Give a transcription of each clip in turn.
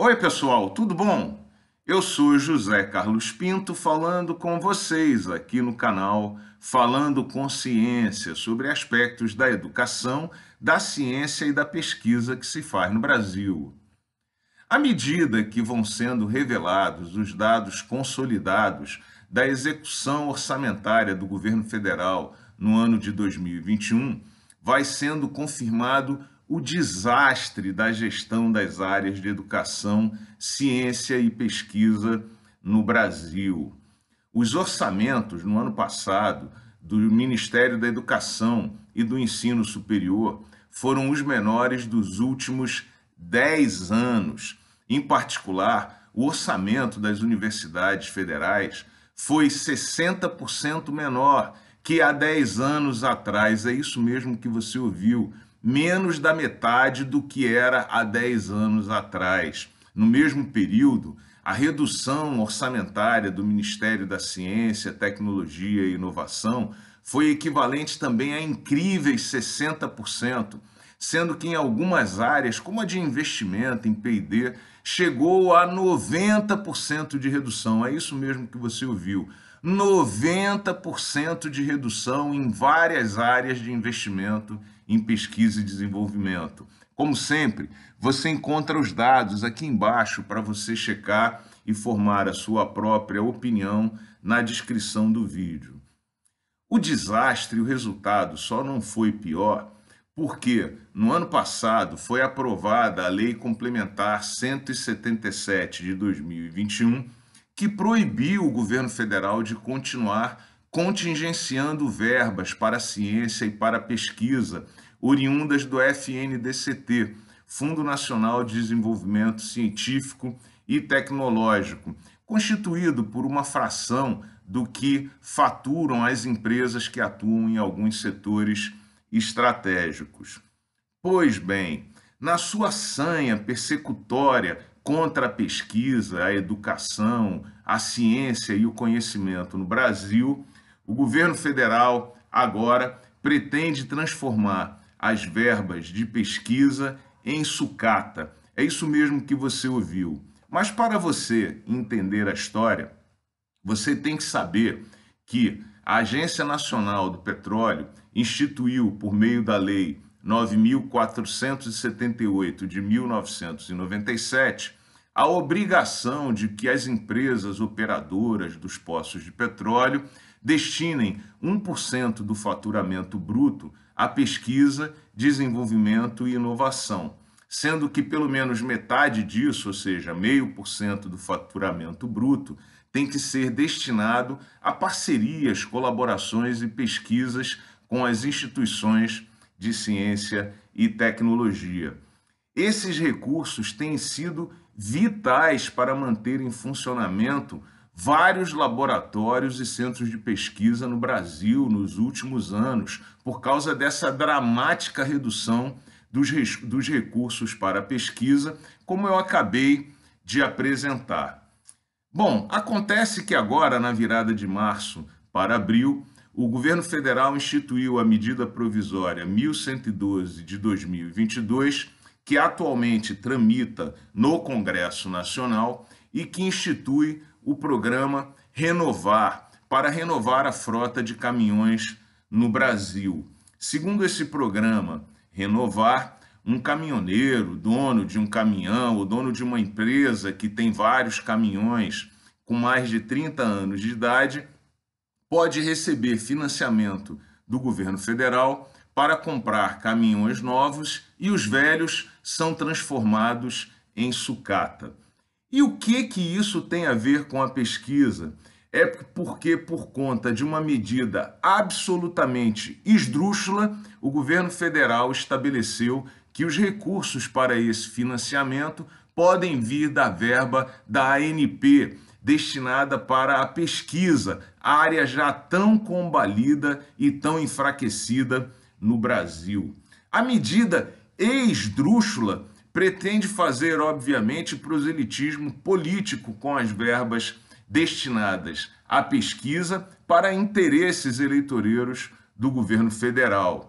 Oi, pessoal, tudo bom? Eu sou José Carlos Pinto falando com vocês aqui no canal Falando com Ciência sobre aspectos da educação, da ciência e da pesquisa que se faz no Brasil. À medida que vão sendo revelados os dados consolidados da execução orçamentária do governo federal no ano de 2021, vai sendo confirmado o desastre da gestão das áreas de educação, ciência e pesquisa no Brasil. Os orçamentos no ano passado do Ministério da Educação e do Ensino Superior foram os menores dos últimos 10 anos. Em particular, o orçamento das universidades federais foi 60% menor que há 10 anos atrás. É isso mesmo que você ouviu, menos da metade do que era há 10 anos atrás. No mesmo período, a redução orçamentária do Ministério da Ciência, Tecnologia e Inovação foi equivalente também a incríveis 60%, sendo que em algumas áreas, como a de investimento em P&D, chegou a 90% de redução. É isso mesmo que você ouviu. 90% de redução em várias áreas de investimento em pesquisa e desenvolvimento. Como sempre, você encontra os dados aqui embaixo para você checar e formar a sua própria opinião na descrição do vídeo. O desastre e o resultado só não foi pior porque no ano passado foi aprovada a Lei Complementar 177 de 2021, que proibiu o governo federal de continuar contingenciando verbas para a ciência e para a pesquisa oriundas do FNDCT, Fundo Nacional de Desenvolvimento Científico e Tecnológico, constituído por uma fração do que faturam as empresas que atuam em alguns setores estratégicos. Pois bem, na sua sanha persecutória contra a pesquisa, a educação, a ciência e o conhecimento no Brasil, o governo federal agora pretende transformar as verbas de pesquisa em sucata. É isso mesmo que você ouviu. Mas para você entender a história, você tem que saber que a Agência Nacional do Petróleo instituiu, por meio da Lei 9.478 de 1997, a obrigação de que as empresas operadoras dos poços de petróleo destinem 1% do faturamento bruto à pesquisa, desenvolvimento e inovação, sendo que pelo menos metade disso, ou seja, 0,5% do faturamento bruto, tem que ser destinado a parcerias, colaborações e pesquisas com as instituições de ciência e tecnologia. Esses recursos têm sido vitais para manter em funcionamento vários laboratórios e centros de pesquisa no Brasil nos últimos anos, por causa dessa dramática redução dos recursos para a pesquisa, como eu acabei de apresentar. Bom, acontece que agora, na virada de março para abril, o governo federal instituiu a medida provisória 1112 de 2022, que atualmente tramita no Congresso Nacional e que institui o programa Renovar, para renovar a frota de caminhões no Brasil. Segundo esse programa Renovar, um caminhoneiro, dono de um caminhão ou dono de uma empresa que tem vários caminhões com mais de 30 anos de idade, pode receber financiamento do governo federal para comprar caminhões novos e os velhos são transformados em sucata. E o que isso tem a ver com a pesquisa? É porque, por conta de uma medida absolutamente esdrúxula, o governo federal estabeleceu que os recursos para esse financiamento podem vir da verba da ANP, destinada para a pesquisa, área já tão combalida e tão enfraquecida no Brasil. A medida esdrúxula pretende fazer, obviamente, proselitismo político com as verbas destinadas à pesquisa para interesses eleitoreiros do governo federal.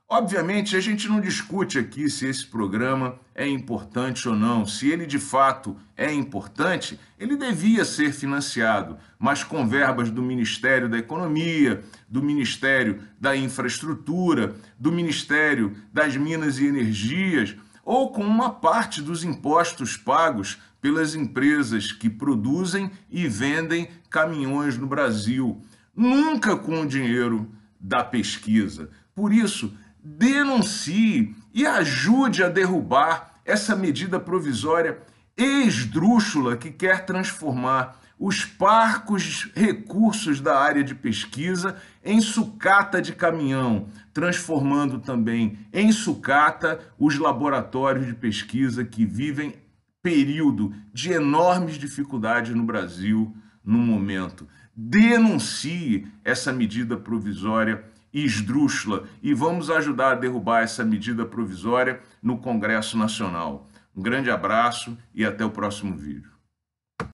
Obviamente, a gente não discute aqui se esse programa é importante ou não. Se ele de fato é importante, ele devia ser financiado, mas com verbas do Ministério da Economia, do Ministério da Infraestrutura, do Ministério das Minas e Energias, ou com uma parte dos impostos pagos pelas empresas que produzem e vendem caminhões no Brasil. Nunca com o dinheiro da pesquisa. Por isso, denuncie e ajude a derrubar essa medida provisória esdrúxula que quer transformar os parcos recursos da área de pesquisa em sucata de caminhão, transformando também em sucata os laboratórios de pesquisa que vivem período de enormes dificuldades no Brasil no momento. Denuncie essa medida provisória esdrúxula e vamos ajudar a derrubar essa medida provisória no Congresso Nacional. Um grande abraço e até o próximo vídeo.